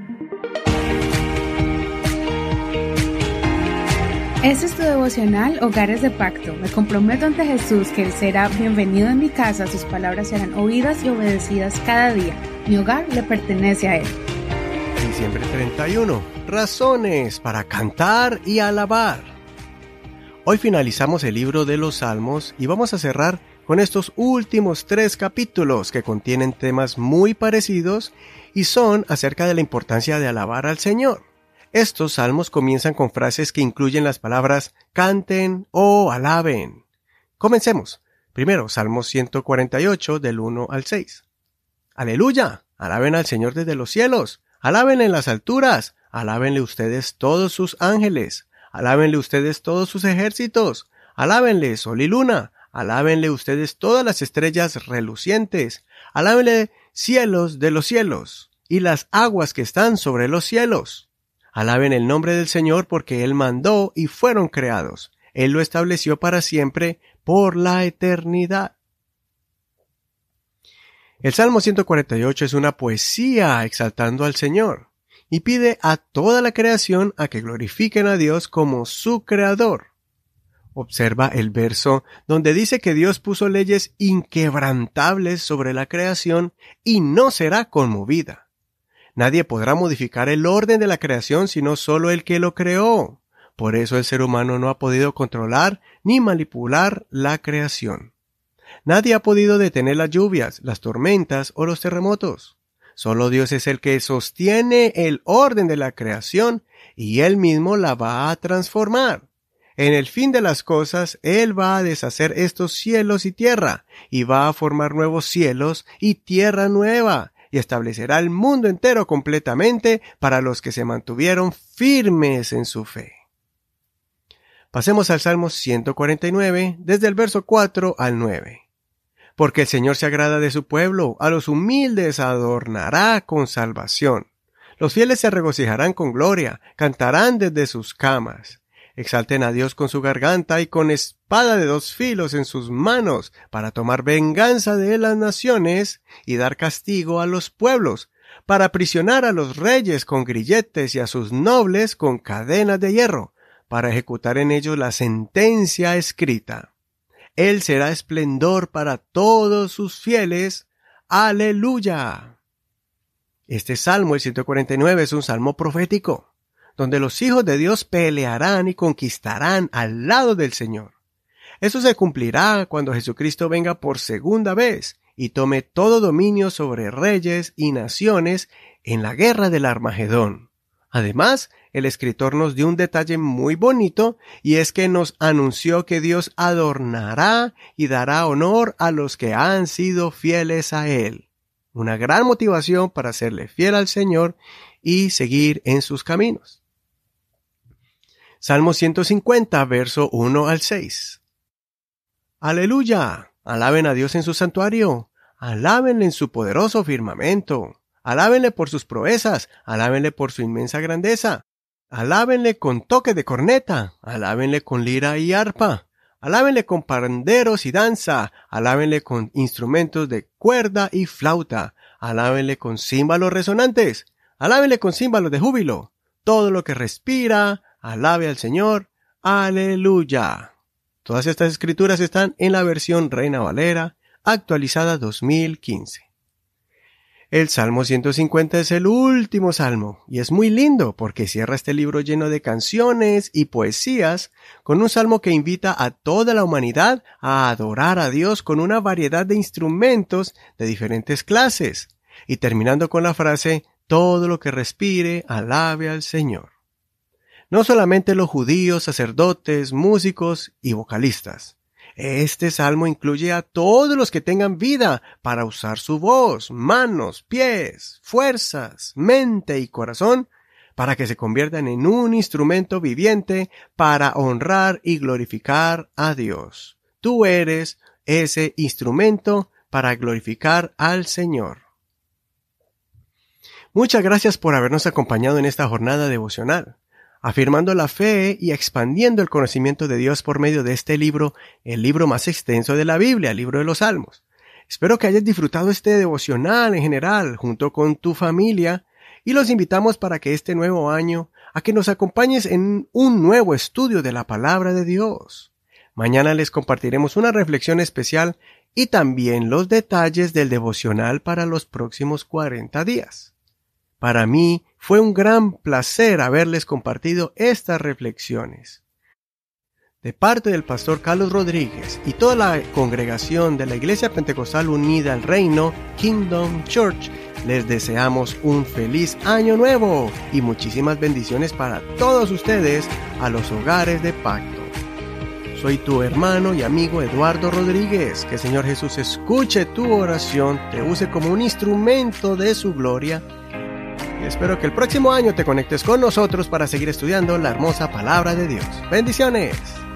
Este es tu devocional Hogares de Pacto. Me comprometo ante Jesús que Él será bienvenido en mi casa, sus palabras serán oídas y obedecidas cada día. Mi hogar le pertenece a Él. Diciembre 31. Razones para cantar y alabar. Hoy finalizamos el libro de los Salmos y vamos a cerrar con estos últimos 3 capítulos que contienen temas muy parecidos y son acerca de la importancia de alabar al Señor. Estos salmos comienzan con frases que incluyen las palabras canten o alaben. Comencemos. Primero, Salmo 148 del 1 al 6. Aleluya, alaben al Señor desde los cielos, alaben en las alturas, alábenle ustedes todos sus ángeles, alábenle ustedes todos sus ejércitos, alábenle sol y luna, alábenle ustedes todas las estrellas relucientes, alábenle cielos de los cielos y las aguas que están sobre los cielos. Alaben el nombre del Señor porque Él mandó y fueron creados. Él lo estableció para siempre por la eternidad. El Salmo 148 es una poesía exaltando al Señor y pide a toda la creación a que glorifiquen a Dios como su creador. Observa el verso donde dice que Dios puso leyes inquebrantables sobre la creación y no será conmovida. Nadie podrá modificar el orden de la creación sino solo el que lo creó. Por eso el ser humano no ha podido controlar ni manipular la creación. Nadie ha podido detener las lluvias, las tormentas o los terremotos. Solo Dios es el que sostiene el orden de la creación y Él mismo la va a transformar. En el fin de las cosas, Él va a deshacer estos cielos y tierra, y va a formar nuevos cielos y tierra nueva, y establecerá el mundo entero completamente para los que se mantuvieron firmes en su fe. Pasemos al Salmo 149, desde el verso 4 al 9. Porque el Señor se agrada de su pueblo, a los humildes adornará con salvación. Los fieles se regocijarán con gloria, cantarán desde sus camas. Exalten a Dios con su garganta y con espada de 2 filos en sus manos, para tomar venganza de las naciones y dar castigo a los pueblos, para aprisionar a los reyes con grilletes y a sus nobles con cadenas de hierro, para ejecutar en ellos la sentencia escrita. Él será esplendor para todos sus fieles. ¡Aleluya! Este salmo, el 149, es un salmo profético, donde los hijos de Dios pelearán y conquistarán al lado del Señor. Eso se cumplirá cuando Jesucristo venga por segunda vez y tome todo dominio sobre reyes y naciones en la guerra del Armagedón. Además, el escritor nos dio un detalle muy bonito y es que nos anunció que Dios adornará y dará honor a los que han sido fieles a Él. Una gran motivación para serle fiel al Señor y seguir en sus caminos. Salmo 150, verso 1 al 6. Aleluya, alaben a Dios en su santuario, alábenle en su poderoso firmamento, alábenle por sus proezas, alábenle por su inmensa grandeza, alábenle con toque de corneta, alábenle con lira y arpa, alábenle con panderos y danza, alábenle con instrumentos de cuerda y flauta, alábenle con címbalos resonantes, alábenle con címbalos de júbilo, todo lo que respira, alabe al Señor, aleluya. Todas estas escrituras están en la versión Reina Valera, actualizada 2015. El Salmo 150 es el último salmo, y es muy lindo porque cierra este libro lleno de canciones y poesías, con un salmo que invita a toda la humanidad a adorar a Dios con una variedad de instrumentos de diferentes clases, y terminando con la frase, todo lo que respire, alabe al Señor. No solamente los judíos, sacerdotes, músicos y vocalistas. Este salmo incluye a todos los que tengan vida para usar su voz, manos, pies, fuerzas, mente y corazón para que se conviertan en un instrumento viviente para honrar y glorificar a Dios. Tú eres ese instrumento para glorificar al Señor. Muchas gracias por habernos acompañado en esta jornada devocional, afirmando la fe y expandiendo el conocimiento de Dios por medio de este libro, el libro más extenso de la Biblia, el libro de los Salmos. Espero que hayas disfrutado este devocional en general junto con tu familia y los invitamos para que este nuevo año, a que nos acompañes en un nuevo estudio de la Palabra de Dios. Mañana les compartiremos una reflexión especial y también los detalles del devocional para los próximos 40 días. Para mí fue un gran placer haberles compartido estas reflexiones. De parte del pastor Carlos Rodríguez y toda la congregación de la Iglesia Pentecostal Unida al Reino, Kingdom Church, les deseamos un feliz año nuevo y muchísimas bendiciones para todos ustedes a los hogares de pacto. Soy tu hermano y amigo Eduardo Rodríguez. Que el Señor Jesús escuche tu oración, te use como un instrumento de su gloria. Y espero que el próximo año te conectes con nosotros para seguir estudiando la hermosa palabra de Dios. ¡Bendiciones!